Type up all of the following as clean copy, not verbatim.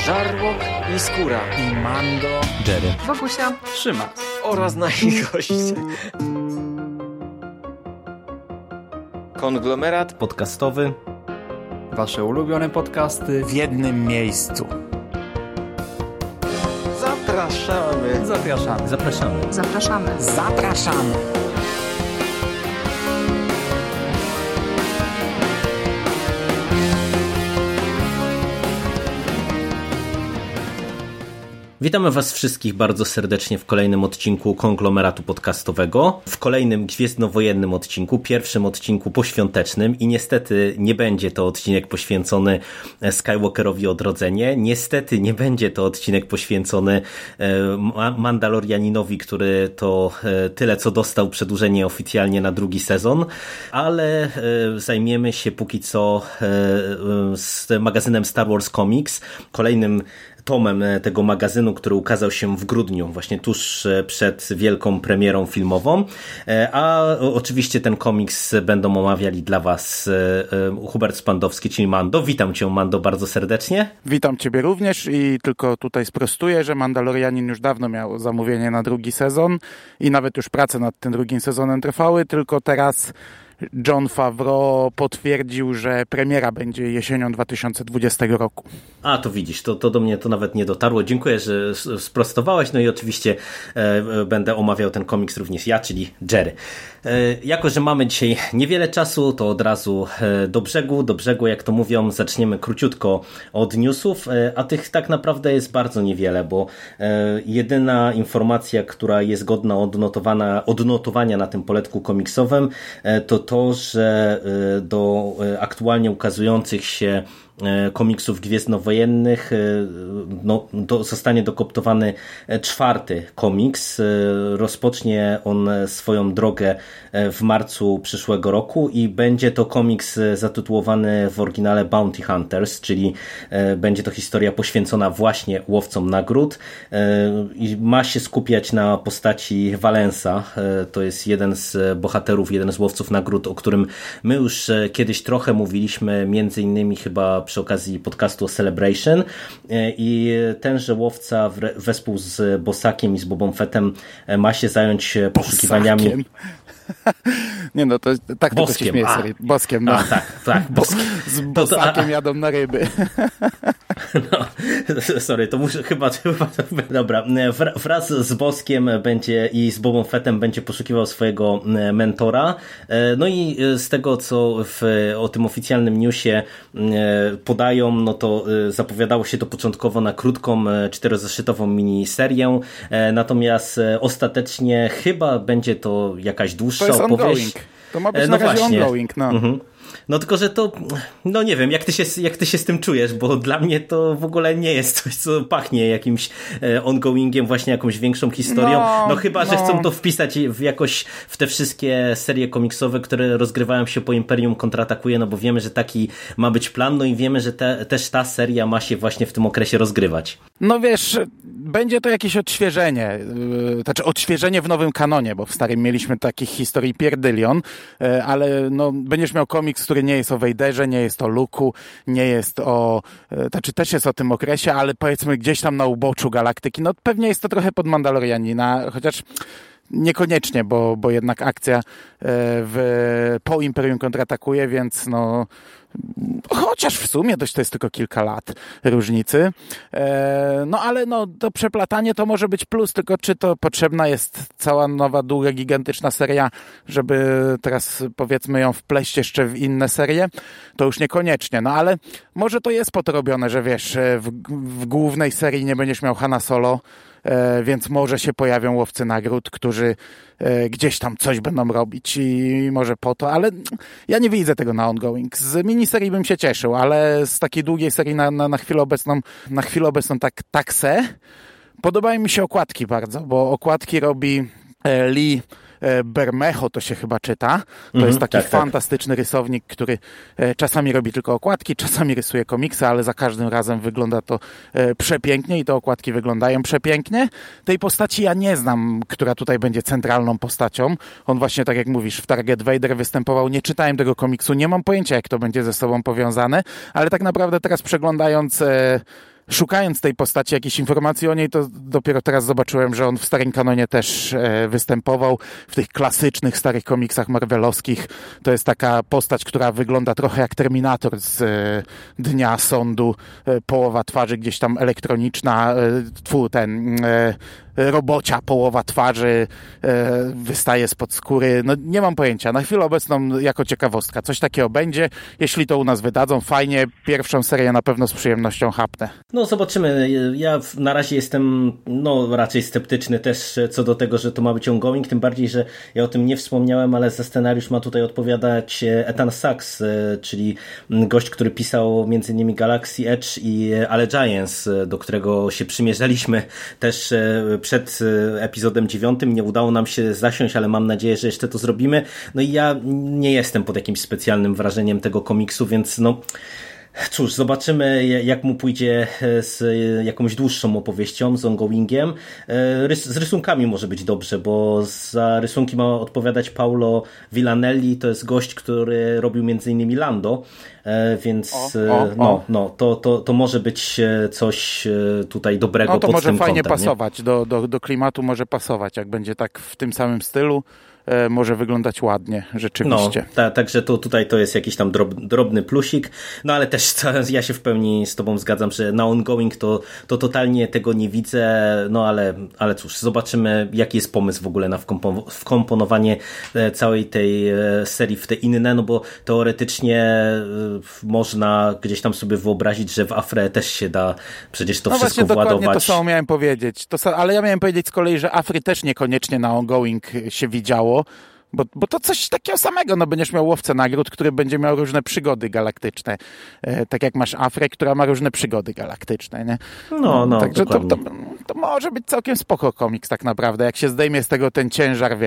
Żarłok i Skóra i Mando, Jerry, Wokusia, Szymas oraz nasi goście. Konglomerat podcastowy. Wasze ulubione podcasty w jednym miejscu. Zapraszamy. Zapraszamy. Zapraszamy. zapraszamy. Zapraszamy. Witamy Was wszystkich bardzo serdecznie w kolejnym odcinku Konglomeratu Podcastowego, w kolejnym gwiezdnowojennym odcinku, pierwszym odcinku poświątecznym i niestety nie będzie to odcinek poświęcony Skywalkerowi Odrodzenie, niestety nie będzie to odcinek poświęcony Mandalorianinowi, który to tyle co dostał przedłużenie oficjalnie na drugi sezon, ale zajmiemy się póki co z magazynem Star Wars Comics, kolejnym tomem tego magazynu, który ukazał się w grudniu, właśnie tuż przed wielką premierą filmową, a oczywiście ten komiks będą omawiali dla Was Hubert Spandowski, czyli Mando. Witam Cię, Mando, bardzo serdecznie. Witam Ciebie również i tylko tutaj sprostuję, że Mandalorianin już dawno miał zamówienie na drugi sezon i nawet już prace nad tym drugim sezonem trwały, tylko teraz Jon Favreau potwierdził, że premiera będzie jesienią 2020 roku. A, to widzisz, to do mnie to nawet nie dotarło. Dziękuję, że sprostowałeś. No i oczywiście będę omawiał ten komiks również ja, czyli Jerry. Jako że mamy dzisiaj niewiele czasu, to od razu do brzegu, jak to mówią, zaczniemy króciutko od newsów, a tych tak naprawdę jest bardzo niewiele, bo jedyna informacja, która jest godna odnotowania na tym poletku komiksowym, to, że do aktualnie ukazujących się komiksów gwiezdnowojennych zostanie dokoptowany czwarty komiks. Rozpocznie on swoją drogę w marcu przyszłego roku i będzie to komiks zatytułowany w oryginale Bounty Hunters, czyli będzie to historia poświęcona właśnie łowcom nagród i ma się skupiać na postaci Valensa. To jest jeden z bohaterów, jeden z łowców nagród, o którym my już kiedyś trochę mówiliśmy, między innymi chyba przy okazji podcastu o Celebration, i tenże łowca wespół z Bossakiem i z Bobą Fettem ma się zająć poszukiwaniami. Bossakiem. Nie no, to tak tylko się śmieje. Boskiem, no. Tak. Z Bossakiem jadą na ryby. No, sorry, to muszę chyba dobra. Wraz z Boskiem będzie i z Bobą Fettem będzie poszukiwał swojego mentora. No i z tego, co o tym oficjalnym newsie podają, no to zapowiadało się to początkowo na krótką, 4-zeszytową miniserię. Natomiast ostatecznie chyba będzie to jakaś dłuższa opowieść. Ongoing. To ma być na razie ongoing, no. Mhm. No tylko, że to, no nie wiem, jak ty się z tym czujesz, bo dla mnie to w ogóle nie jest coś, co pachnie jakimś ongoingiem, właśnie jakąś większą historią. No chyba, że chcą to wpisać w te wszystkie serie komiksowe, które rozgrywają się po Imperium kontratakuje, no bo wiemy, że taki ma być plan, no i wiemy, że też ta seria ma się właśnie w tym okresie rozgrywać. No wiesz, będzie to jakieś odświeżenie, znaczy odświeżenie w nowym kanonie, bo w starym mieliśmy takich historii pierdylion, ale no będziesz miał komiks, który nie jest o Vaderze, nie jest o Luke'u, nie jest o, znaczy też jest o tym okresie, ale powiedzmy gdzieś tam na uboczu galaktyki. No pewnie jest to trochę pod Mandalorianina, chociaż niekoniecznie, bo jednak akcja po Imperium kontratakuje, więc no chociaż w sumie to jest tylko kilka lat różnicy. No ale no to przeplatanie to może być plus, tylko czy to potrzebna jest cała nowa, długa, gigantyczna seria, żeby teraz powiedzmy ją wpleść jeszcze w inne serie? To już niekoniecznie. No ale może to jest po to robione, że wiesz, w głównej serii nie będziesz miał Hanna Solo, więc może się pojawią łowcy nagród, którzy gdzieś tam coś będą robić i może po to, ale ja nie widzę tego na ongoing. Z miniserii bym się cieszył, ale z takiej długiej serii na chwilę obecną tak se. Podobają mi się okładki bardzo, bo okładki robi Lee Bermejo, to się chyba czyta. To jest taki fantastyczny rysownik, który czasami robi tylko okładki, czasami rysuje komiksy, ale za każdym razem wygląda to przepięknie i te okładki wyglądają przepięknie. Tej postaci ja nie znam, która tutaj będzie centralną postacią. On właśnie, tak jak mówisz, w Target Vader występował. Nie czytałem tego komiksu, nie mam pojęcia, jak to będzie ze sobą powiązane, ale tak naprawdę teraz przeglądając szukając tej postaci, jakiejś informacji o niej, to dopiero teraz zobaczyłem, że on w starym kanonie też występował w tych klasycznych starych komiksach marvelowskich. To jest taka postać, która wygląda trochę jak Terminator z Dnia Sądu. Połowa twarzy gdzieś tam elektroniczna, robocia połowa twarzy wystaje spod skóry. No nie mam pojęcia. Na chwilę obecną jako ciekawostka. Coś takiego będzie. Jeśli to u nas wydadzą, fajnie. Pierwszą serię na pewno z przyjemnością chapnę. No zobaczymy. Ja na razie jestem raczej sceptyczny też co do tego, że to ma być ongoing, tym bardziej, że ja o tym nie wspomniałem, ale za scenariusz ma tutaj odpowiadać Ethan Sachs, czyli gość, który pisał m.in. Galaxy Edge i Allegiance, do którego się przymierzaliśmy też przed epizodem 9. Nie udało nam się zasiąść, ale mam nadzieję, że jeszcze to zrobimy. No i ja nie jestem pod jakimś specjalnym wrażeniem tego komiksu, więc cóż, zobaczymy jak mu pójdzie z jakąś dłuższą opowieścią, z ongoingiem. Z rysunkami może być dobrze, bo za rysunki ma odpowiadać Paulo Villanelli, to jest gość, który robił m.in. Lando, więc to może być coś tutaj dobrego pod tym kątem. To może fajnie pasować, do klimatu może pasować, jak będzie tak w tym samym stylu. Może wyglądać ładnie, rzeczywiście. Także tutaj to jest jakiś tam drobny plusik, ale też ja się w pełni z tobą zgadzam, że na ongoing to totalnie tego nie widzę, ale cóż, zobaczymy jaki jest pomysł w ogóle na wkomponowanie całej tej serii w te inne, bo teoretycznie można gdzieś tam sobie wyobrazić, że w Afrę też się da przecież to wszystko władować. Dokładnie to samo miałem powiedzieć, ale ja miałem powiedzieć z kolei, że Afry też niekoniecznie na ongoing się widziało, bo to coś takiego samego, będziesz miał łowcę nagród, który będzie miał różne przygody galaktyczne. Tak jak masz Afrę, która ma różne przygody galaktyczne, nie? Także to może być całkiem spoko komiks tak naprawdę. Jak się zdejmie z tego ten ciężar,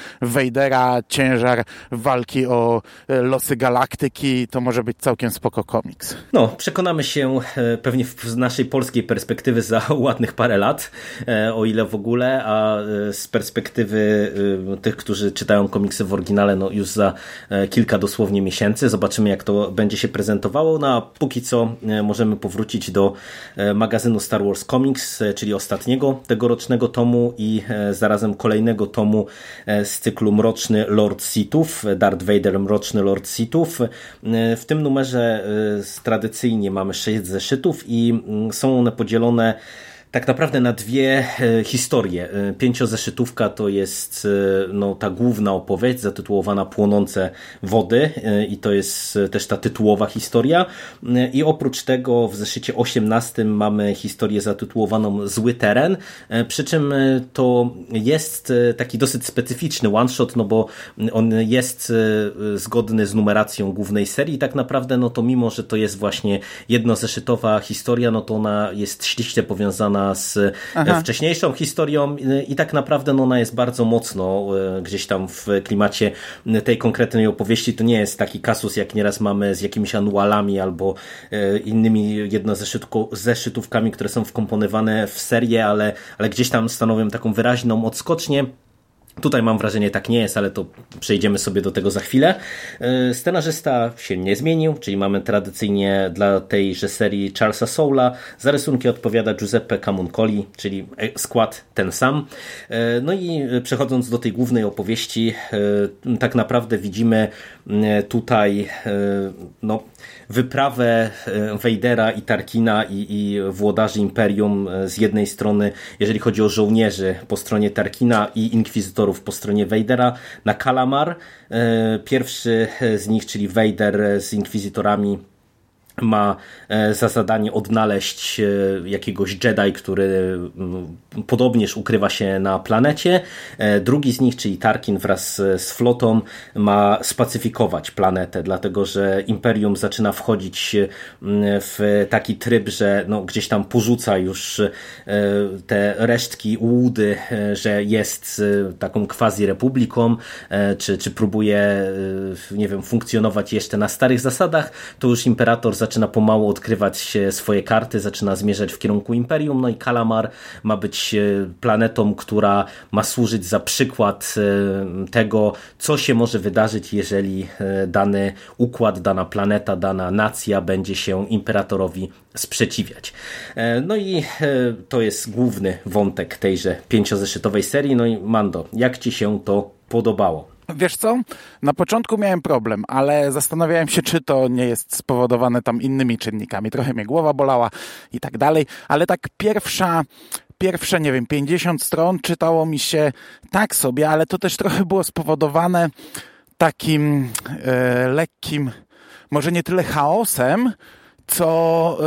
Vadera, ciężar walki o losy galaktyki, to może być całkiem spoko komiks. Przekonamy się pewnie z naszej polskiej perspektywy za ładnych parę lat, o ile w ogóle, a z perspektywy tych, którzy czytają komiksy w oryginale, już za kilka dosłownie miesięcy. Zobaczymy, jak to będzie się prezentowało. A póki co możemy powrócić do magazynu Star Wars Comics, czyli ostatniego tegorocznego tomu i zarazem kolejnego tomu z cyklu Mroczny Lord Sithów, Darth Vader Mroczny Lord Sithów. W tym numerze tradycyjnie mamy 6 zeszytów i są one podzielone tak naprawdę na dwie historie. 5-zeszytówka to jest ta główna opowieść zatytułowana Płonące wody i to jest też ta tytułowa historia. I oprócz tego w zeszycie 18 mamy historię zatytułowaną Zły teren, przy czym to jest taki dosyć specyficzny one-shot, bo on jest zgodny z numeracją głównej serii. Tak naprawdę to mimo, że to jest właśnie jednozeszytowa historia, to ona jest ściśle powiązana z wcześniejszą historią i tak naprawdę ona jest bardzo mocno gdzieś tam w klimacie tej konkretnej opowieści. To nie jest taki kasus, jak nieraz mamy z jakimiś anualami albo innymi jednozeszytówkami, które są wkomponowane w serię, ale gdzieś tam stanowią taką wyraźną odskocznię. Tutaj mam wrażenie, tak nie jest, ale to przejdziemy sobie do tego za chwilę. Scenarzysta się nie zmienił, czyli mamy tradycyjnie dla tejże serii Charlesa Soula. Za rysunki odpowiada Giuseppe Camuncoli, czyli skład ten sam. I przechodząc do tej głównej opowieści, tak naprawdę widzimy tutaj wyprawę Vadera i Tarkina i włodarzy Imperium z jednej strony, jeżeli chodzi o żołnierzy po stronie Tarkina i inkwizytorów po stronie Vadera na Kalamar. Pierwszy z nich, czyli Vader z inkwizytorami, ma za zadanie odnaleźć jakiegoś Jedi, który podobnież ukrywa się na planecie. Drugi z nich, czyli Tarkin wraz z flotą, ma spacyfikować planetę, dlatego że Imperium zaczyna wchodzić w taki tryb, że gdzieś tam porzuca już te resztki ułudy, że jest taką quasi-republiką, czy próbuje, funkcjonować jeszcze na starych zasadach. To już Imperator zaczyna pomału odkrywać swoje karty, zaczyna zmierzać w kierunku Imperium, no i Kalamar ma być planetą, która ma służyć za przykład tego, co się może wydarzyć, jeżeli dany układ, dana planeta, dana nacja będzie się imperatorowi sprzeciwiać. No i to jest główny wątek tejże 5-zeszytowej serii. No i Mando, jak ci się to podobało? Wiesz co? Na początku miałem problem, ale zastanawiałem się, czy to nie jest spowodowane tam innymi czynnikami. Trochę mnie głowa bolała i tak dalej, ale tak pierwsze, nie wiem, 50 stron czytało mi się tak sobie, ale to też trochę było spowodowane takim lekkim, może nie tyle chaosem, co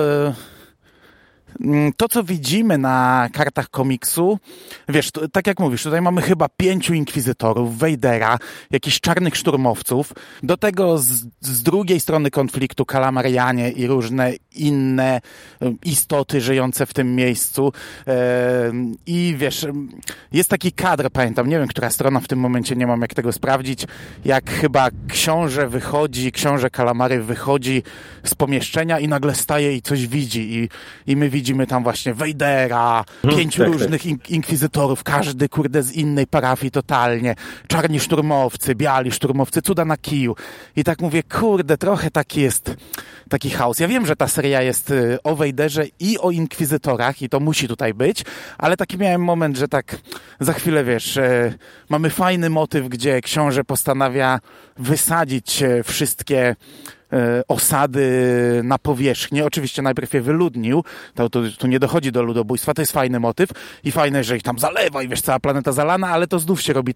to, co widzimy na kartach komiksu, wiesz, tak jak mówisz, tutaj mamy chyba 5 inkwizytorów, Vadera, jakichś czarnych szturmowców, do tego z drugiej strony konfliktu Kalamarianie i różne inne istoty żyjące w tym miejscu. I wiesz, jest taki kadr, pamiętam, nie wiem, która strona w tym momencie, nie mam jak tego sprawdzić, jak chyba książę Kalamary wychodzi z pomieszczenia i nagle staje i coś widzi i my widzimy tam właśnie Vadera, 5 różnych inkwizytorów, każdy kurde z innej parafii totalnie, czarni szturmowcy, biali szturmowcy, cuda na kiju. I tak mówię, kurde, trochę taki jest taki chaos. Ja wiem, że ta seria jest o Vaderze i o inkwizytorach i to musi tutaj być, ale taki miałem moment, że tak za chwilę, wiesz, mamy fajny motyw, gdzie książę postanawia wysadzić wszystkie osady na powierzchnię. Oczywiście najpierw je wyludnił, tu nie dochodzi do ludobójstwa, to jest fajny motyw i fajne, że ich tam zalewa i wiesz, cała planeta zalana, ale to znów się robi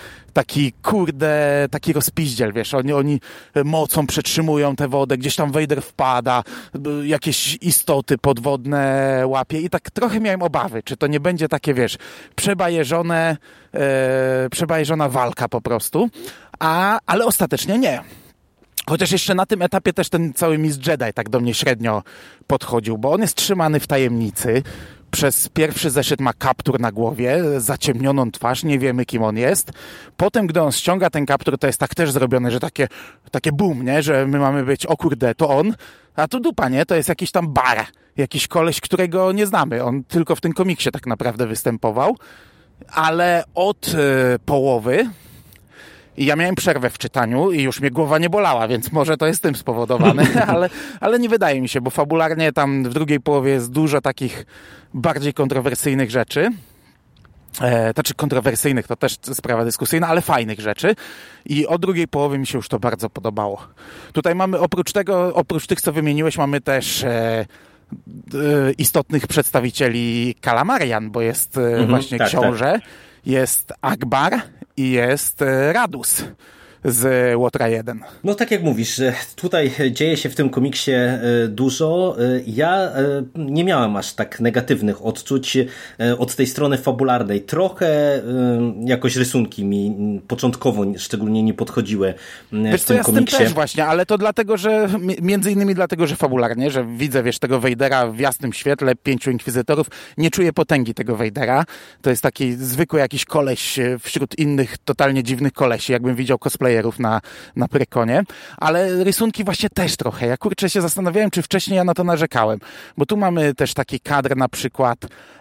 taki rozpiździel, wiesz, oni mocą przetrzymują tę wodę, gdzieś tam Vader wpada, jakieś istoty podwodne łapie i tak trochę miałem obawy, czy to nie będzie takie, wiesz, przebajeżona walka po prostu, ale ostatecznie nie. Chociaż jeszcze na tym etapie też ten cały Mistrz Jedi tak do mnie średnio podchodził, bo on jest trzymany w tajemnicy. Przez pierwszy zeszyt ma kaptur na głowie, zaciemnioną twarz, nie wiemy kim on jest. Potem, gdy on ściąga ten kaptur, to jest tak też zrobione, że takie boom, nie? Że my mamy być, o kurde, to on, a tu dupa, nie? To jest jakiś tam bar, jakiś koleś, którego nie znamy. On tylko w tym komiksie tak naprawdę występował, ale od połowy i ja miałem przerwę w czytaniu i już mnie głowa nie bolała, więc może to jest tym spowodowane, ale nie wydaje mi się, bo fabularnie tam w drugiej połowie jest dużo takich bardziej kontrowersyjnych rzeczy. Znaczy kontrowersyjnych to też sprawa dyskusyjna, ale fajnych rzeczy. I od drugiej połowy mi się już to bardzo podobało. Tutaj mamy oprócz tych, co wymieniłeś, mamy też istotnych przedstawicieli Kalamarian, bo jest właśnie książę, tak. Jest Akbar i jest Radus z Łotra 1. No tak jak mówisz, tutaj dzieje się w tym komiksie dużo. Ja nie miałem aż tak negatywnych odczuć od tej strony fabularnej. Trochę jakoś rysunki mi początkowo szczególnie nie podchodziły wiesz, w tym komiksie. Ja z tym też właśnie, ale to dlatego, że między innymi dlatego, że fabularnie, że widzę, wiesz, tego Vadera w jasnym świetle, 5 inkwizytorów, nie czuję potęgi tego Vadera. To jest taki zwykły jakiś koleś wśród innych totalnie dziwnych kolesi, jakbym widział cosplayerów na Prekonie, ale rysunki właśnie też trochę. Ja kurczę się zastanawiałem, czy wcześniej ja na to narzekałem, bo tu mamy też taki kadr na przykład,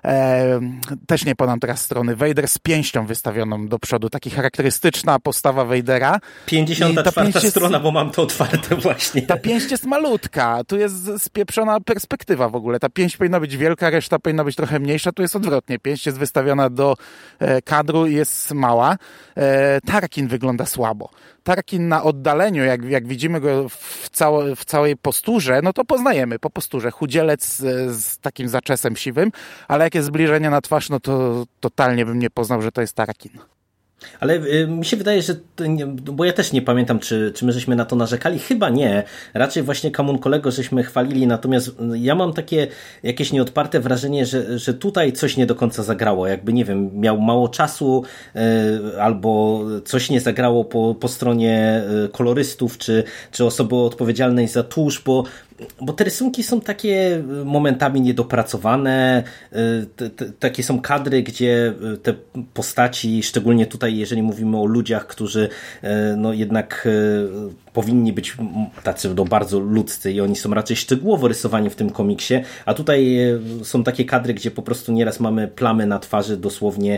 też nie podam teraz strony, Vader z pięścią wystawioną do przodu, taki charakterystyczna postawa Vadera. 54 strona, bo mam to otwarte właśnie. Ta pięść jest malutka, tu jest spieprzona perspektywa w ogóle. Ta pięść powinna być wielka, reszta powinna być trochę mniejsza, tu jest odwrotnie. Pięść jest wystawiona do kadru i jest mała. Tarkin wygląda słabo. Tarkin na oddaleniu, jak widzimy go w całej posturze, no to poznajemy po posturze. Chudzielec z takim zaczesem siwym, ale jak jest zbliżenie na twarz, no to totalnie bym nie poznał, że to jest Tarkin. Ale mi się wydaje, że bo ja też nie pamiętam, czy my żeśmy na to narzekali. Chyba nie. Raczej właśnie Kamun Kolego żeśmy chwalili, natomiast ja mam takie jakieś nieodparte wrażenie, że tutaj coś nie do końca zagrało. Jakby, nie wiem, miał mało czasu albo coś nie zagrało po stronie kolorystów, czy osoby odpowiedzialnej za tusz, bo bo te rysunki są takie momentami niedopracowane, takie są kadry, gdzie te postaci, szczególnie tutaj, jeżeli mówimy o ludziach, którzy no jednak powinni być tacy bardzo ludzcy i oni są raczej szczegółowo rysowani w tym komiksie, a tutaj są takie kadry, gdzie po prostu nieraz mamy plamy na twarzy dosłownie,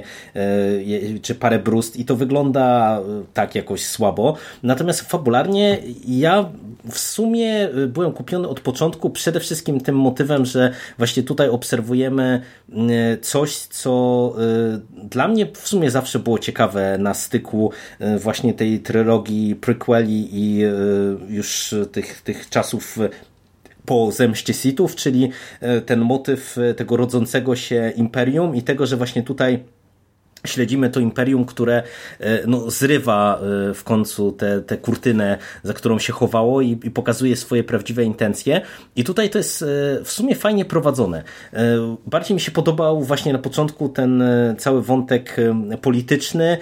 czy parę brust i to wygląda tak jakoś słabo. Natomiast fabularnie ja w sumie byłem kupiony od początku przede wszystkim tym motywem, że właśnie tutaj obserwujemy coś, co dla mnie w sumie zawsze było ciekawe na styku właśnie tej trylogii prequeli i już tych czasów po zemście Sithów, czyli ten motyw tego rodzącego się imperium i tego, że właśnie tutaj śledzimy to imperium, które no, zrywa w końcu tę kurtynę, za którą się chowało i pokazuje swoje prawdziwe intencje. I tutaj to jest w sumie fajnie prowadzone. Bardziej mi się podobał właśnie na początku ten cały wątek polityczny,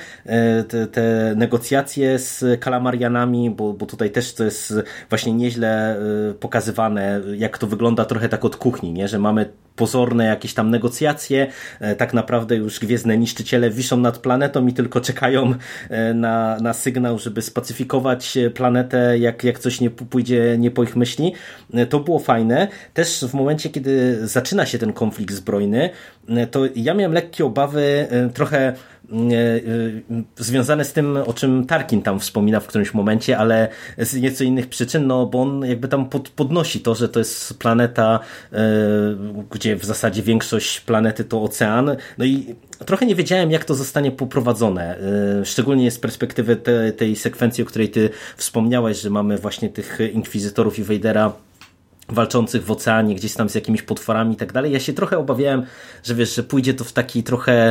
te negocjacje z kalamarianami, bo tutaj też to jest właśnie nieźle pokazywane, jak to wygląda trochę tak od kuchni, nie? Że mamy pozorne jakieś tam negocjacje, tak naprawdę już gwiezdne niszczyciele wiszą nad planetą i tylko czekają na sygnał, żeby spacyfikować planetę, jak coś nie pójdzie nie po ich myśli. To było fajne. Też w momencie, kiedy zaczyna się ten konflikt zbrojny, to ja miałem lekkie obawy, trochę związane z tym, o czym Tarkin tam wspomina w którymś momencie, ale z nieco innych przyczyn, no bo on jakby tam podnosi to, że to jest planeta, gdzie w zasadzie większość planety to ocean, no i trochę nie wiedziałem, jak to zostanie poprowadzone, szczególnie z perspektywy tej sekwencji, o której ty wspomniałeś, że mamy właśnie tych inkwizytorów i Vadera walczących w oceanie, gdzieś tam z jakimiś potworami i tak dalej. Ja się trochę obawiałem, że wiesz, że pójdzie to w taki trochę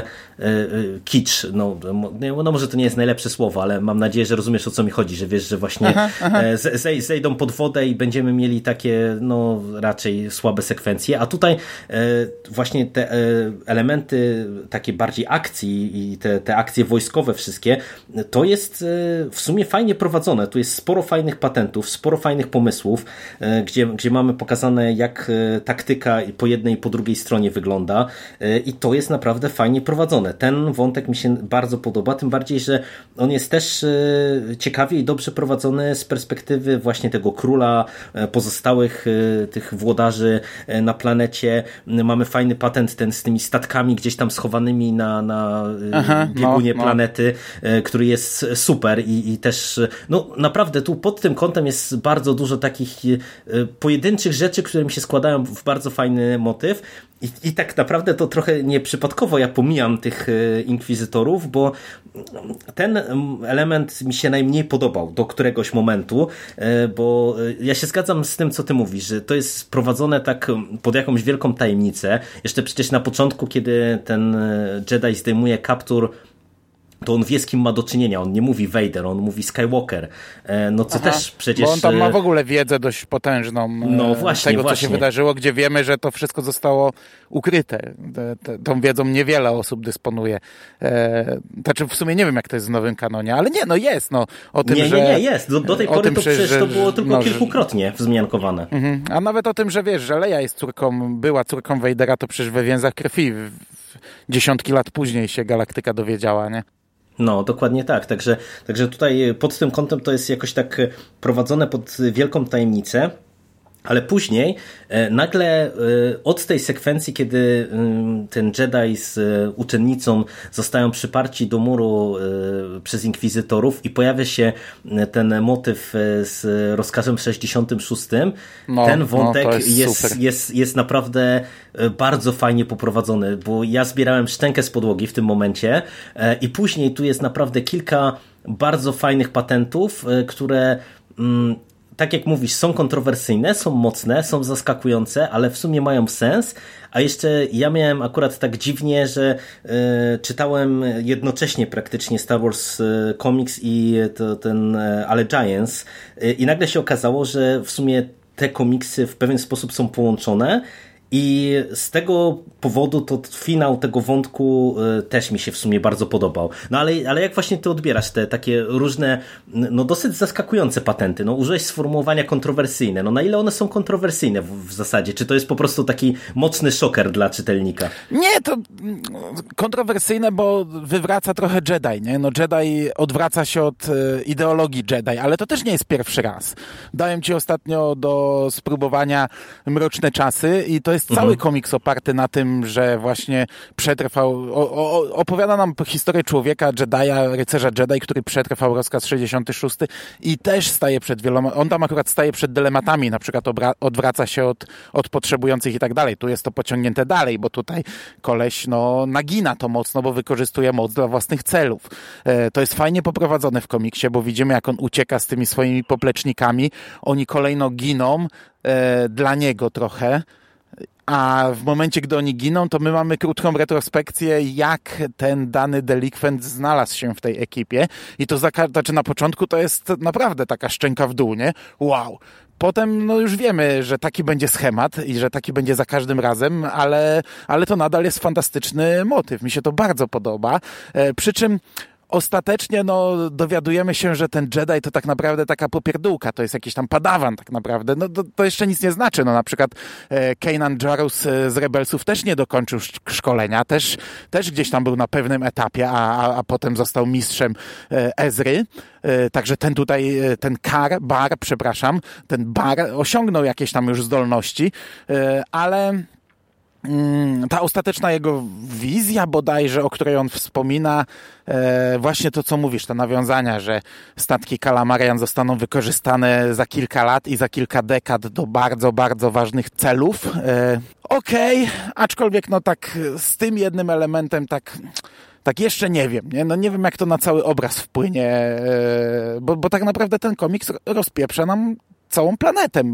kicz. No może to nie jest najlepsze słowo, ale mam nadzieję, że rozumiesz, o co mi chodzi, że wiesz, że właśnie zejdą pod wodę i będziemy mieli takie no raczej słabe sekwencje, a tutaj właśnie te elementy takie bardziej akcji i te akcje wojskowe wszystkie, to jest w sumie fajnie prowadzone. Tu jest sporo fajnych patentów, sporo fajnych pomysłów, gdzie mamy pokazane, jak taktyka po jednej i po drugiej stronie wygląda i to jest naprawdę fajnie prowadzone. Ten wątek mi się bardzo podoba, tym bardziej, że on jest też ciekawie i dobrze prowadzony z perspektywy właśnie tego króla, pozostałych tych włodarzy na planecie. Mamy fajny patent ten z tymi statkami gdzieś tam schowanymi na biegunie planety, który jest super i też no naprawdę tu pod tym kątem jest bardzo dużo takich pojedynczych rzeczy, które mi się składają w bardzo fajny motyw i tak naprawdę to trochę nieprzypadkowo ja pomijam tych inkwizytorów, bo ten element mi się najmniej podobał do któregoś momentu, bo ja się zgadzam z tym, co ty mówisz, że to jest prowadzone tak pod jakąś wielką tajemnicę. Jeszcze przecież na początku, kiedy ten Jedi zdejmuje kaptur, to on wie, z kim ma do czynienia. On nie mówi Vader, on mówi Skywalker. No co też przecież... Bo on tam ma w ogóle wiedzę dość potężną tego, co się wydarzyło, gdzie wiemy, że to wszystko zostało ukryte. Tą wiedzą niewiele osób dysponuje. Znaczy w sumie nie wiem, jak to jest w nowym kanonie, ale nie, no jest. No, o tym, nie, jest. Do tej pory to przecież to było tylko kilkukrotnie wzmiankowane. A nawet o tym, że wiesz, że Leia jest była córką Vadera, to przecież we więzach krwi dziesiątki lat później się Galaktyka dowiedziała, nie? No, dokładnie tak. Także tutaj pod tym kątem to jest jakoś tak prowadzone pod wielką tajemnicę. Ale później nagle od tej sekwencji, kiedy ten Jedi z uczennicą zostają przyparci do muru przez inkwizytorów i pojawia się ten motyw z rozkazem 66, ten wątek jest naprawdę bardzo fajnie poprowadzony, bo ja zbierałem szczękę z podłogi w tym momencie i później tu jest naprawdę kilka bardzo fajnych patentów, które tak jak mówisz, są kontrowersyjne, są mocne, są zaskakujące, ale w sumie mają sens. A jeszcze ja miałem akurat tak dziwnie, że czytałem jednocześnie praktycznie Star Wars Comics i ten Allegiance i nagle się okazało, że w sumie te komiksy w pewien sposób są połączone I z tego powodu to finał tego wątku też mi się w sumie bardzo podobał. No ale jak właśnie ty odbierasz te takie różne, no dosyć zaskakujące patenty? No użyłeś sformułowania kontrowersyjne. No na ile one są kontrowersyjne w zasadzie? Czy to jest po prostu taki mocny szoker dla czytelnika? Nie, to kontrowersyjne, bo wywraca trochę Jedi, nie? No Jedi odwraca się od ideologii Jedi, ale to też nie jest pierwszy raz. Dałem ci ostatnio do spróbowania Mroczne Czasy i to jest cały komiks oparty na tym, że właśnie przetrwał, opowiada nam historię człowieka, Jedi'a, rycerza Jedi, który przetrwał rozkaz 66 i też staje przed wieloma, on tam akurat staje przed dylematami, na przykład odwraca się od potrzebujących i tak dalej. Tu jest to pociągnięte dalej, bo tutaj koleś nagina to mocno, bo wykorzystuje moc dla własnych celów. To jest fajnie poprowadzone w komiksie, bo widzimy, jak on ucieka z tymi swoimi poplecznikami. Oni kolejno giną dla niego trochę. A w momencie, gdy oni giną, to my mamy krótką retrospekcję, jak ten dany delikwent znalazł się w tej ekipie. I to znaczy na początku to jest naprawdę taka szczęka w dół, nie? Wow! Potem już wiemy, że taki będzie schemat i że taki będzie za każdym razem, ale to nadal jest fantastyczny motyw. Mi się to bardzo podoba. Przy czym ostatecznie dowiadujemy się, że ten Jedi to tak naprawdę taka popierdółka, to jest jakiś tam padawan tak naprawdę. To jeszcze nic nie znaczy. Na przykład Kanan Jarrus z Rebelsów też nie dokończył szkolenia, też gdzieś tam był na pewnym etapie, a potem został mistrzem Ezry. Także ten Bar osiągnął jakieś tam już zdolności, ale ta ostateczna jego wizja bodajże, o której on wspomina, właśnie to, co mówisz, te nawiązania, że statki Calamarian zostaną wykorzystane za kilka lat i za kilka dekad do bardzo, bardzo ważnych celów. Okej, aczkolwiek tak z tym jednym elementem tak jeszcze nie wiem, nie? Nie wiem, jak to na cały obraz wpłynie, bo tak naprawdę ten komiks rozpieprza nam całą planetę.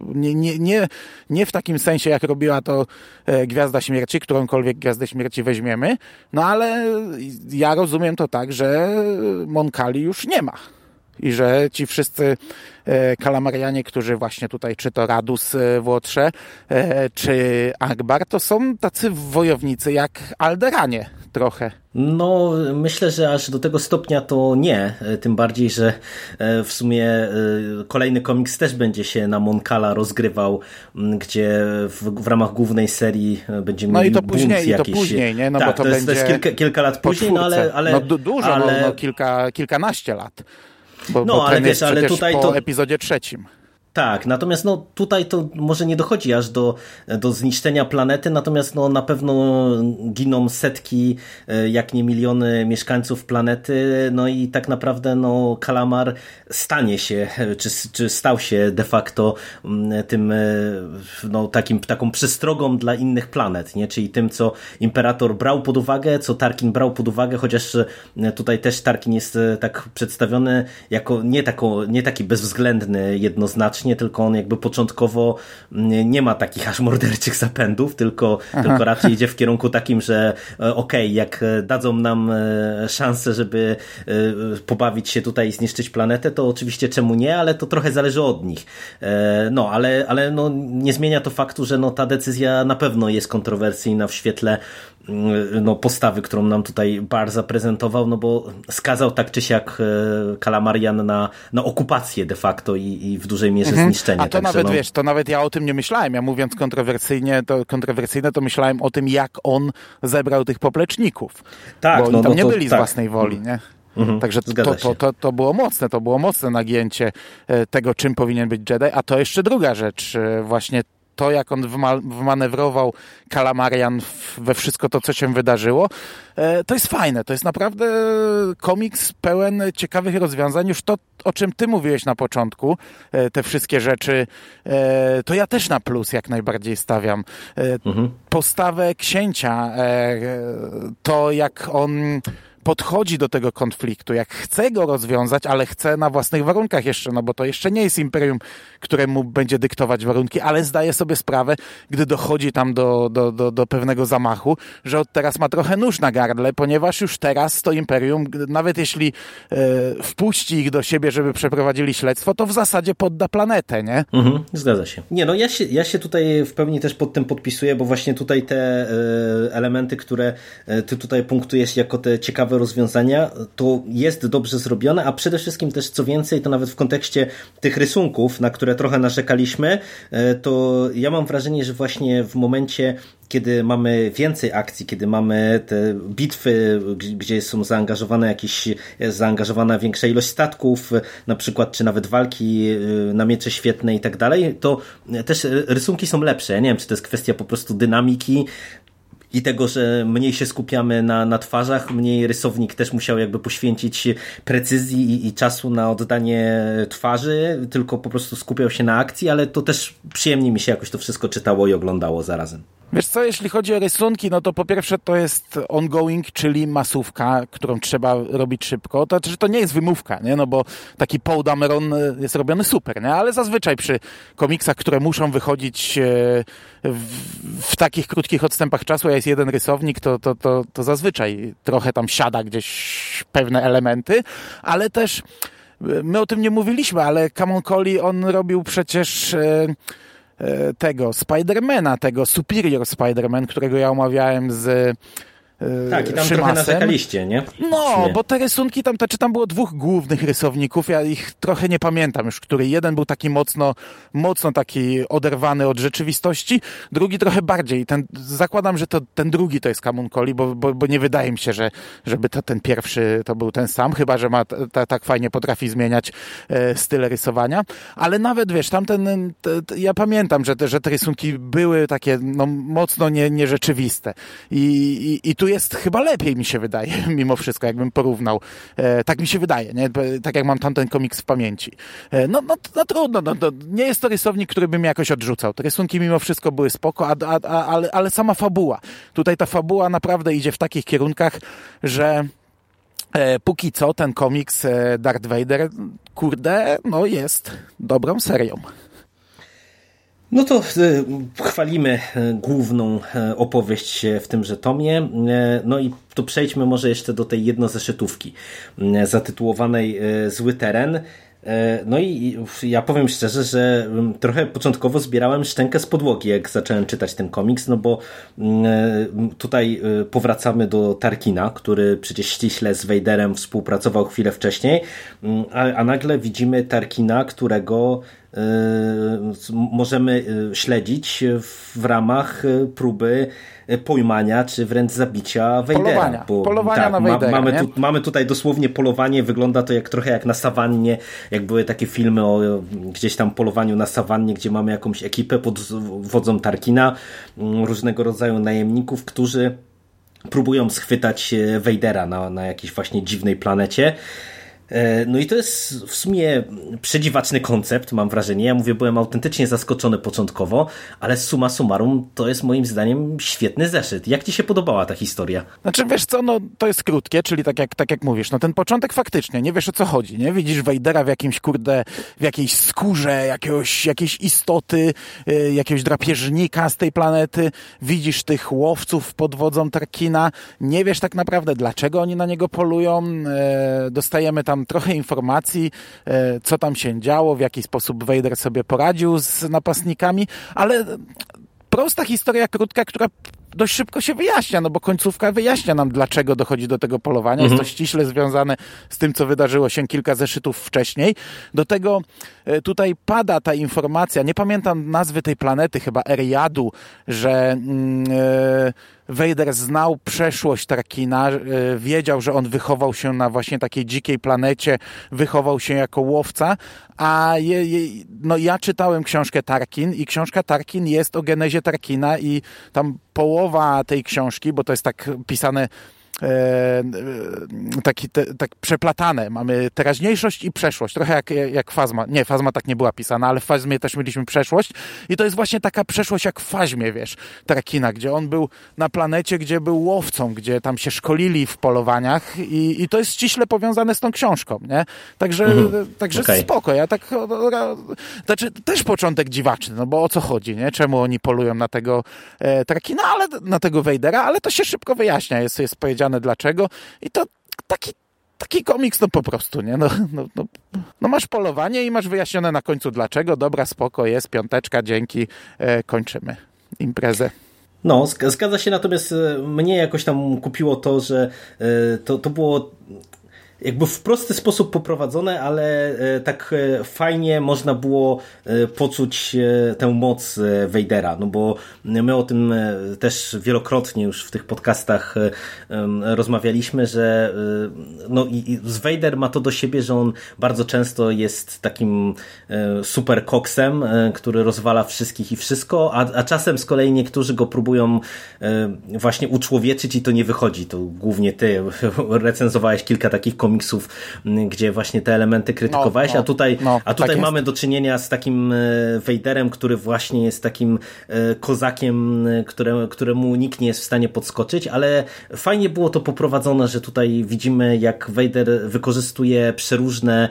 Nie w takim sensie, jak robiła to Gwiazda Śmierci, którąkolwiek Gwiazdę Śmierci weźmiemy, ale ja rozumiem to tak, że Moncali już nie ma. I że ci wszyscy Kalamarianie, którzy właśnie tutaj, czy to Radus w Łotrze, czy Akbar, to są tacy wojownicy jak Alderanie trochę. No, myślę, że aż do tego stopnia to nie. Tym bardziej, że w sumie kolejny komiks też będzie się na Moncala rozgrywał, gdzie w ramach głównej serii będziemy mieli bunt jakiś. To później, nie? Tak, bo to jest kilka lat później, ale dużo, kilkanaście lat. Bo ale wiesz, ale tutaj po epizodzie 3. Tak, natomiast tutaj to może nie dochodzi aż do zniszczenia planety, natomiast na pewno giną setki, jak nie miliony mieszkańców planety, i tak naprawdę Kalamar stanie się, czy stał się de facto tym taką przestrogą dla innych planet, nie? Czyli tym, co Imperator brał pod uwagę, co Tarkin brał pod uwagę, chociaż tutaj też Tarkin jest tak przedstawiony jako nie taki bezwzględny jednoznacznie, tylko on jakby początkowo nie ma takich aż morderczych zapędów, tylko raczej idzie w kierunku takim, że jak dadzą nam szansę, żeby pobawić się tutaj i zniszczyć planetę, to oczywiście czemu nie, ale to trochę zależy od nich. Ale nie zmienia to faktu, że ta decyzja na pewno jest kontrowersyjna w świetle postawy, którą nam tutaj Bar zaprezentował, bo skazał tak czy siak Calamarian na okupację de facto i w dużej mierze zniszczenie. A to nawet to nawet ja o tym nie myślałem. Ja mówiąc kontrowersyjne, to myślałem o tym, jak on zebrał tych popleczników. Tak, bo oni tam nie byli z własnej woli, nie? Także to było mocne nagięcie tego, czym powinien być Jedi, a to jeszcze druga rzecz, właśnie to, jak on wmanewrował Calamarian we wszystko to, co się wydarzyło, to jest fajne. To jest naprawdę komiks pełen ciekawych rozwiązań. Już to, o czym ty mówiłeś na początku, te wszystkie rzeczy, to ja też na plus jak najbardziej stawiam. Postawę księcia, to jak on podchodzi do tego konfliktu, jak chce go rozwiązać, ale chce na własnych warunkach jeszcze, no bo to jeszcze nie jest imperium, któremu będzie dyktować warunki, ale zdaje sobie sprawę, gdy dochodzi tam do pewnego zamachu, że od teraz ma trochę nóż na gardle, ponieważ już teraz to imperium, nawet jeśli wpuści ich do siebie, żeby przeprowadzili śledztwo, to w zasadzie podda planetę, nie? Zgadza się. Nie, no ja się tutaj w pełni też pod tym podpisuję, bo właśnie tutaj te elementy, które ty tutaj punktujesz jako te ciekawe rozwiązania, to jest dobrze zrobione, a przede wszystkim też co więcej, to nawet w kontekście tych rysunków, na które trochę narzekaliśmy, to ja mam wrażenie, że właśnie w momencie, kiedy mamy więcej akcji, kiedy mamy te bitwy, gdzie są zaangażowana większa ilość statków, na przykład, czy nawet walki na miecze świetne i tak dalej, to też rysunki są lepsze. Ja nie wiem, czy to jest kwestia po prostu dynamiki i tego, że mniej się skupiamy na twarzach, mniej rysownik też musiał jakby poświęcić precyzji i czasu na oddanie twarzy, tylko po prostu skupiał się na akcji, ale to też przyjemnie mi się jakoś to wszystko czytało i oglądało zarazem. Wiesz co, jeśli chodzi o rysunki, no to po pierwsze to jest ongoing, czyli masówka, którą trzeba robić szybko. To znaczy, że to nie jest wymówka, nie? No bo taki Poe Dameron jest robiony super, nie? Ale zazwyczaj przy komiksach, które muszą wychodzić w takich krótkich odstępach czasu, a jest jeden rysownik, to zazwyczaj trochę tam siada gdzieś pewne elementy, ale też my o tym nie mówiliśmy, ale Camuncoli, on robił przecież tego Spidermana, tego Superior Spider-Man, którego ja omawiałem z tak, i tam Szymasem. Trochę narzekaliście, nie? No, bo te rysunki tam było dwóch głównych rysowników, ja ich trochę nie pamiętam już, który jeden był taki mocno taki oderwany od rzeczywistości, drugi trochę bardziej. Zakładam, że ten drugi to jest Camuncoli, bo nie wydaje mi się, żeby ten pierwszy to był ten sam, chyba że tak fajnie potrafi zmieniać styl rysowania, ale nawet wiesz, ja pamiętam, że te rysunki były takie no, mocno nierzeczywiste i tu jest chyba lepiej, mi się wydaje, mimo wszystko, jakbym porównał. Tak mi się wydaje, nie? Tak jak mam tamten komiks w pamięci. No trudno, nie jest to rysownik, który by mnie jakoś odrzucał. Te rysunki mimo wszystko były spoko, ale sama fabuła. Tutaj ta fabuła naprawdę idzie w takich kierunkach, że póki co ten komiks Darth Vader, kurde, no jest dobrą serią. No to chwalimy główną opowieść w tymże tomie. No i to przejdźmy może jeszcze do tej jednozeszytówki zatytułowanej Zły teren. No i ja powiem szczerze, że trochę początkowo zbierałem szczękę z podłogi, jak zacząłem czytać ten komiks, no bo tutaj powracamy do Tarkina, który przecież ściśle z Vaderem współpracował chwilę wcześniej, a nagle widzimy Tarkina, którego możemy śledzić w ramach próby pojmania, czy wręcz zabicia Vadera. Polowania na Vadera. Mamy tutaj dosłownie polowanie, wygląda to trochę jak na sawannie, jak były takie filmy o gdzieś tam polowaniu na sawannie, gdzie mamy jakąś ekipę pod wodzą Tarkina, różnego rodzaju najemników, którzy próbują schwytać Vadera na jakiejś właśnie dziwnej planecie. No i to jest w sumie przedziwaczny koncept, mam wrażenie. Ja mówię, byłem autentycznie zaskoczony początkowo, ale summa summarum to jest moim zdaniem świetny zeszyt. Jak ci się podobała ta historia? Znaczy, wiesz co, no to jest krótkie, czyli tak jak mówisz, no ten początek faktycznie, nie wiesz o co chodzi, nie? Widzisz Vadera w jakimś, w jakiejś skórze, jakiejś istoty, jakiegoś drapieżnika z tej planety, widzisz tych łowców pod wodzą Tarkina, nie wiesz tak naprawdę, dlaczego oni na niego polują, dostajemy tam trochę informacji, co tam się działo, w jaki sposób Vader sobie poradził z napastnikami, ale prosta historia krótka, która dość szybko się wyjaśnia, no bo końcówka wyjaśnia nam, dlaczego dochodzi do tego polowania. Jest to ściśle związane z tym, co wydarzyło się kilka zeszytów wcześniej. Do tego tutaj pada ta informacja, nie pamiętam nazwy tej planety, chyba Eriadu, że Vader znał przeszłość Tarkina, wiedział, że on wychował się na właśnie takiej dzikiej planecie, wychował się jako łowca, a no ja czytałem książkę Tarkin i książka Tarkin jest o genezie Tarkina i tam połowa tej książki, bo to jest tak pisane tak przeplatane. Mamy teraźniejszość i przeszłość. Trochę jak Fazma. Nie, Fazma tak nie była pisana, ale w Fazmie też mieliśmy przeszłość. I to jest właśnie taka przeszłość jak w Fazmie, wiesz, Tarkina, gdzie on był na planecie, gdzie był łowcą, gdzie tam się szkolili w polowaniach i to jest ściśle powiązane z tą książką, nie? Także okay. Spoko. Ja tak... Znaczy, też początek dziwaczny, no bo o co chodzi, nie? Czemu oni polują na tego Tarkina, ale na tego Vadera, ale to się szybko wyjaśnia. Jest powiedziane dlaczego i to taki komiks, no po prostu, nie? No masz polowanie i masz wyjaśnione na końcu dlaczego. Dobra, spoko, jest, 5, dzięki, kończymy imprezę. No, zgadza się, natomiast mnie jakoś tam kupiło to, że to było jakby w prosty sposób poprowadzone, ale tak fajnie można było poczuć tę moc Vadera, no bo my o tym też wielokrotnie już w tych podcastach rozmawialiśmy, że no i Vader ma to do siebie, że on bardzo często jest takim super koksem, który rozwala wszystkich i wszystko, a czasem z kolei niektórzy go próbują właśnie uczłowieczyć i to nie wychodzi. To głównie ty recenzowałeś kilka takich komiksów, gdzie właśnie te elementy krytykowałeś, a tutaj tak mamy do czynienia z takim Vaderem, który właśnie jest takim kozakiem, któremu nikt nie jest w stanie podskoczyć, ale fajnie było to poprowadzone, że tutaj widzimy, jak Vader wykorzystuje przeróżne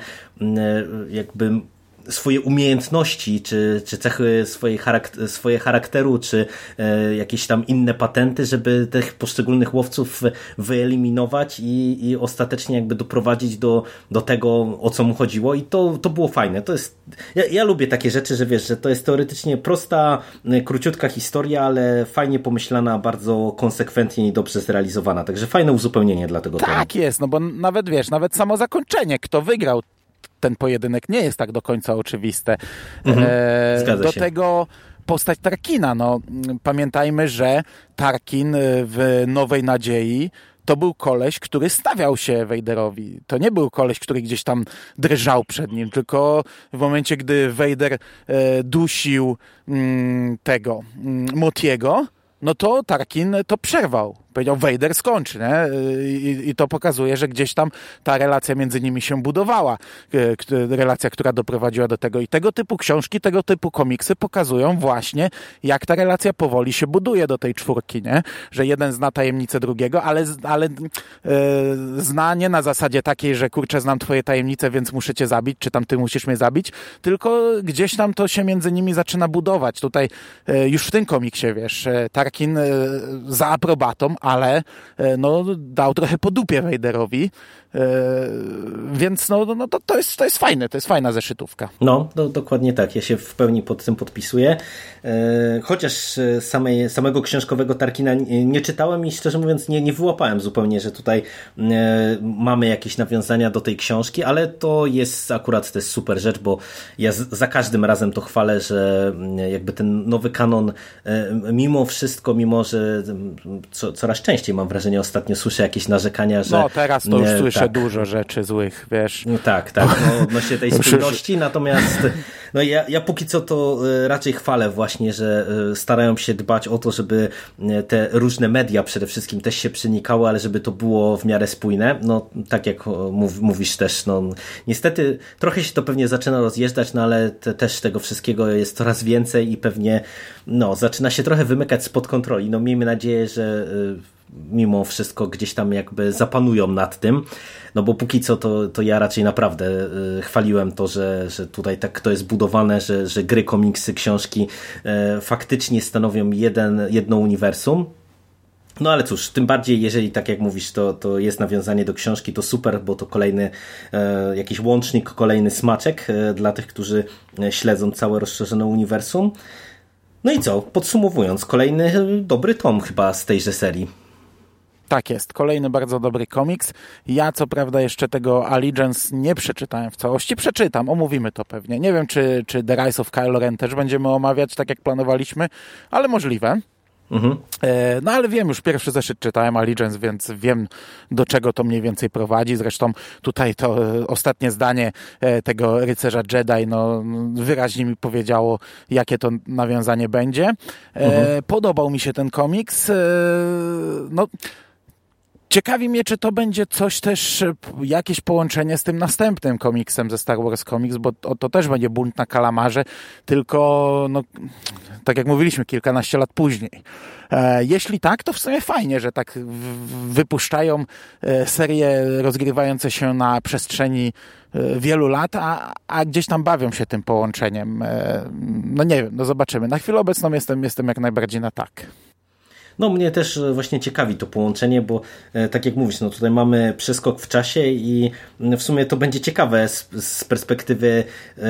jakby swoje umiejętności, czy cechy swoje charakteru, czy jakieś tam inne patenty, żeby tych poszczególnych łowców wyeliminować i ostatecznie jakby doprowadzić do tego, o co mu chodziło, i to było fajne. To jest, ja lubię takie rzeczy, że wiesz, że to jest teoretycznie prosta, króciutka historia, ale fajnie pomyślana, bardzo konsekwentnie i dobrze zrealizowana, także fajne uzupełnienie dla tego. Tak jest, no bo nawet wiesz, nawet samo zakończenie, kto wygrał ten pojedynek, nie jest tak do końca oczywiste. Do tego postać Tarkina. No, pamiętajmy, że Tarkin w Nowej Nadziei to był koleś, który stawiał się Vaderowi. To nie był koleś, który gdzieś tam drżał przed nim, tylko w momencie, gdy Vader dusił tego Motiego, no to Tarkin to przerwał. Powiedział, Vader skończy, nie? I to pokazuje, że gdzieś tam ta relacja między nimi się budowała. Relacja, która doprowadziła do tego. I tego typu książki, tego typu komiksy pokazują właśnie, jak ta relacja powoli się buduje do tej czwórki, nie? Że jeden zna tajemnicę drugiego, ale zna nie na zasadzie takiej, że kurczę, znam twoje tajemnice, więc muszę cię zabić, czy tam ty musisz mnie zabić, tylko gdzieś tam to się między nimi zaczyna budować. Tutaj już w tym komiksie, wiesz, Tarkin za aprobatą, ale no, dał trochę po dupie Vaderowi, więc no, to jest fajne, to jest fajna zeszytówka. No, dokładnie tak, ja się w pełni pod tym podpisuję. Chociaż samego książkowego Tarkina nie czytałem i szczerze mówiąc nie wyłapałem zupełnie, że tutaj mamy jakieś nawiązania do tej książki, ale to jest super rzecz, bo ja za każdym razem to chwalę, że jakby ten nowy kanon mimo wszystko, mimo że coraz częściej mam wrażenie, ostatnio słyszę jakieś narzekania, że... No teraz to już słyszę dużo rzeczy złych, wiesz. No tak, odnośnie tej spójności, natomiast no ja póki co to raczej chwalę właśnie, że starają się dbać o to, żeby te różne media przede wszystkim też się przenikały, ale żeby to było w miarę spójne. No tak jak mówisz też, no niestety trochę się to pewnie zaczyna rozjeżdżać, no ale też tego wszystkiego jest coraz więcej i pewnie no zaczyna się trochę wymykać spod kontroli. No miejmy nadzieję, że mimo wszystko gdzieś tam jakby zapanują nad tym, no bo póki co to ja raczej naprawdę chwaliłem to, że tutaj tak to jest budowane, że gry, komiksy, książki faktycznie stanowią jedno uniwersum. No ale cóż, tym bardziej jeżeli tak jak mówisz, to jest nawiązanie do książki, to super, bo to kolejny jakiś łącznik, kolejny smaczek dla tych, którzy śledzą całe rozszerzone uniwersum. No i co? Podsumowując, kolejny dobry tom chyba z tejże serii. Tak jest, kolejny bardzo dobry komiks. Ja co prawda jeszcze tego Allegiance nie przeczytałem w całości. Przeczytam, omówimy to pewnie. Nie wiem, czy The Rise of Kylo Ren też będziemy omawiać, tak jak planowaliśmy, ale możliwe. No ale wiem, już pierwszy zeszyt czytałem Allegiance, więc wiem, do czego to mniej więcej prowadzi. Zresztą tutaj to ostatnie zdanie tego rycerza Jedi no, wyraźnie mi powiedziało, jakie to nawiązanie będzie. Podobał mi się ten komiks. No Ciekawi mnie, czy to będzie coś też, jakieś połączenie z tym następnym komiksem ze Star Wars Comics, bo to też będzie bunt na kalamarze, tylko, no, tak jak mówiliśmy, kilkanaście lat później. Jeśli tak, to w sumie fajnie, że tak wypuszczają serie rozgrywające się na przestrzeni wielu lat, a gdzieś tam bawią się tym połączeniem. No nie wiem, no zobaczymy. Na chwilę obecną jestem jak najbardziej na tak. No mnie też właśnie ciekawi to połączenie, bo tak jak mówisz, no tutaj mamy przeskok w czasie i w sumie to będzie ciekawe z perspektywy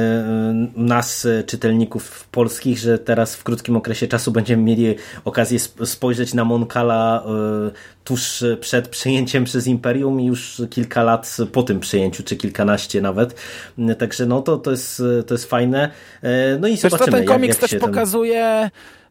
nas, czytelników polskich, że teraz w krótkim okresie czasu będziemy mieli okazję spojrzeć na Mon Cala tuż przed przejęciem przez Imperium i już kilka lat po tym przejęciu, czy kilkanaście nawet. Także no to jest fajne. No i zobaczymy. Ten komiks jak też pokazuje,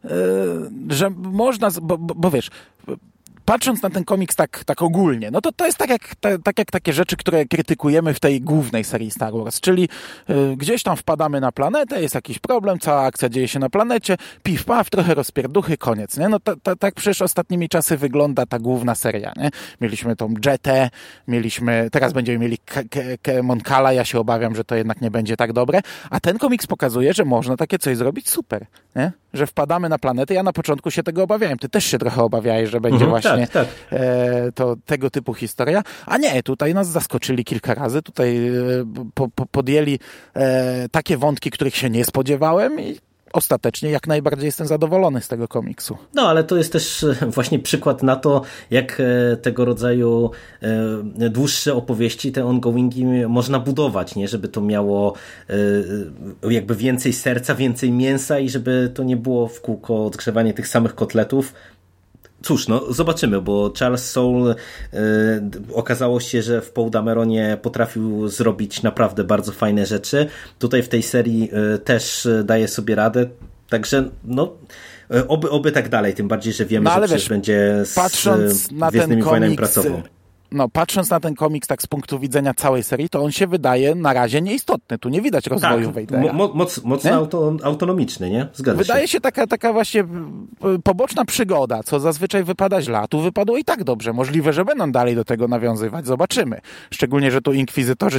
że można, bo wiesz, patrząc na ten komiks tak ogólnie, no to jest tak jak takie rzeczy, które krytykujemy w tej głównej serii Star Wars, czyli gdzieś tam wpadamy na planetę, jest jakiś problem, cała akcja dzieje się na planecie, piw, paw, trochę rozpierduchy, koniec, nie? No tak przecież ostatnimi czasy wygląda ta główna seria, nie? Mieliśmy tą Jetę, teraz będziemy mieli Mon Cala, ja się obawiam, że to jednak nie będzie tak dobre, a ten komiks pokazuje, że można takie coś zrobić super, nie? Że wpadamy na planetę, ja na początku się tego obawiałem, ty też się trochę obawiałeś, że będzie właśnie tak. To tego typu historia, a nie, tutaj nas zaskoczyli kilka razy, tutaj podjęli takie wątki, których się nie spodziewałem i ostatecznie jak najbardziej jestem zadowolony z tego komiksu. No, ale to jest też właśnie przykład na to, jak tego rodzaju dłuższe opowieści, te ongoingi można budować, nie? Żeby to miało jakby więcej serca, więcej mięsa i żeby to nie było w kółko odgrzewanie tych samych kotletów. Cóż, no zobaczymy, bo Charles Soule okazało się, że w Poe Dameronie potrafił zrobić naprawdę bardzo fajne rzeczy. Tutaj w tej serii też daje sobie radę, także no oby tak dalej, tym bardziej, że wiemy, że przecież będzie z Gwiezdnymi Wojnami pracował. No, patrząc na ten komiks tak z punktu widzenia całej serii, to on się wydaje na razie nieistotny. Tu nie widać rozwoju Vadera. Mocno autonomiczny, nie? Zgadza się. Wydaje się taka właśnie poboczna przygoda, co zazwyczaj wypada źle, a tu wypadło i tak dobrze. Możliwe, że będą dalej do tego nawiązywać. Zobaczymy. Szczególnie, że tu inkwizytorzy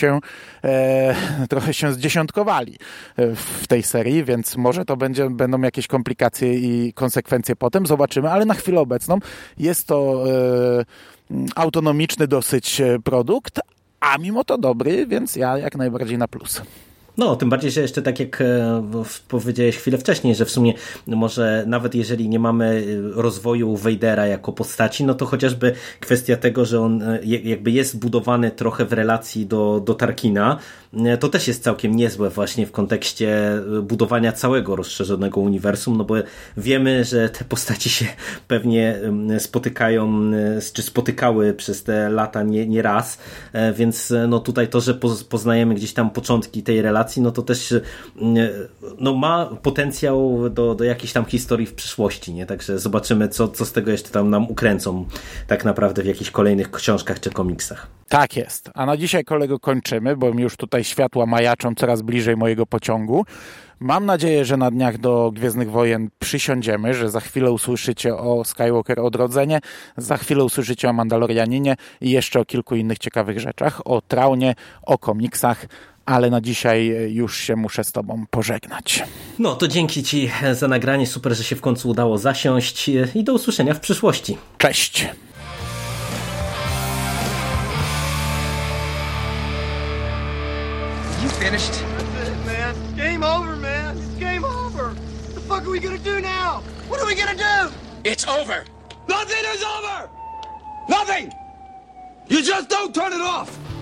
trochę się zdziesiątkowali w tej serii, więc może to będą jakieś komplikacje i konsekwencje potem. Zobaczymy, ale na chwilę obecną jest to autonomiczny dosyć produkt, a mimo to dobry, więc ja jak najbardziej na plus. No, tym bardziej, że jeszcze tak jak powiedziałeś chwilę wcześniej, że w sumie może nawet jeżeli nie mamy rozwoju Vadera jako postaci, no to chociażby kwestia tego, że on jakby jest budowany trochę w relacji do Tarkina, to też jest całkiem niezłe właśnie w kontekście budowania całego rozszerzonego uniwersum, no bo wiemy, że te postaci się pewnie spotykają, czy spotykały przez te lata nie raz, więc no tutaj to, że poznajemy gdzieś tam początki tej relacji, no to też no ma potencjał do jakiejś tam historii w przyszłości, nie? Także zobaczymy, co z tego jeszcze tam nam ukręcą tak naprawdę w jakichś kolejnych książkach czy komiksach. Tak jest. A na dzisiaj, kolego, kończymy, bo mi już tutaj światła majaczą coraz bliżej mojego pociągu. Mam nadzieję, że na dniach do Gwiezdnych Wojen przysiądziemy, że za chwilę usłyszycie o Skywalker Odrodzenie, za chwilę usłyszycie o Mandalorianinie i jeszcze o kilku innych ciekawych rzeczach, o Traunie, o komiksach, ale na dzisiaj już się muszę z tobą pożegnać. No to dzięki ci za nagranie, super, że się w końcu udało zasiąść i do usłyszenia w przyszłości. Cześć! You finished? That's it, man. Game over, man. It's game over. What the fuck are we gonna do now? What are we gonna do? It's over. Nothing is over! Nothing! You just don't turn it off!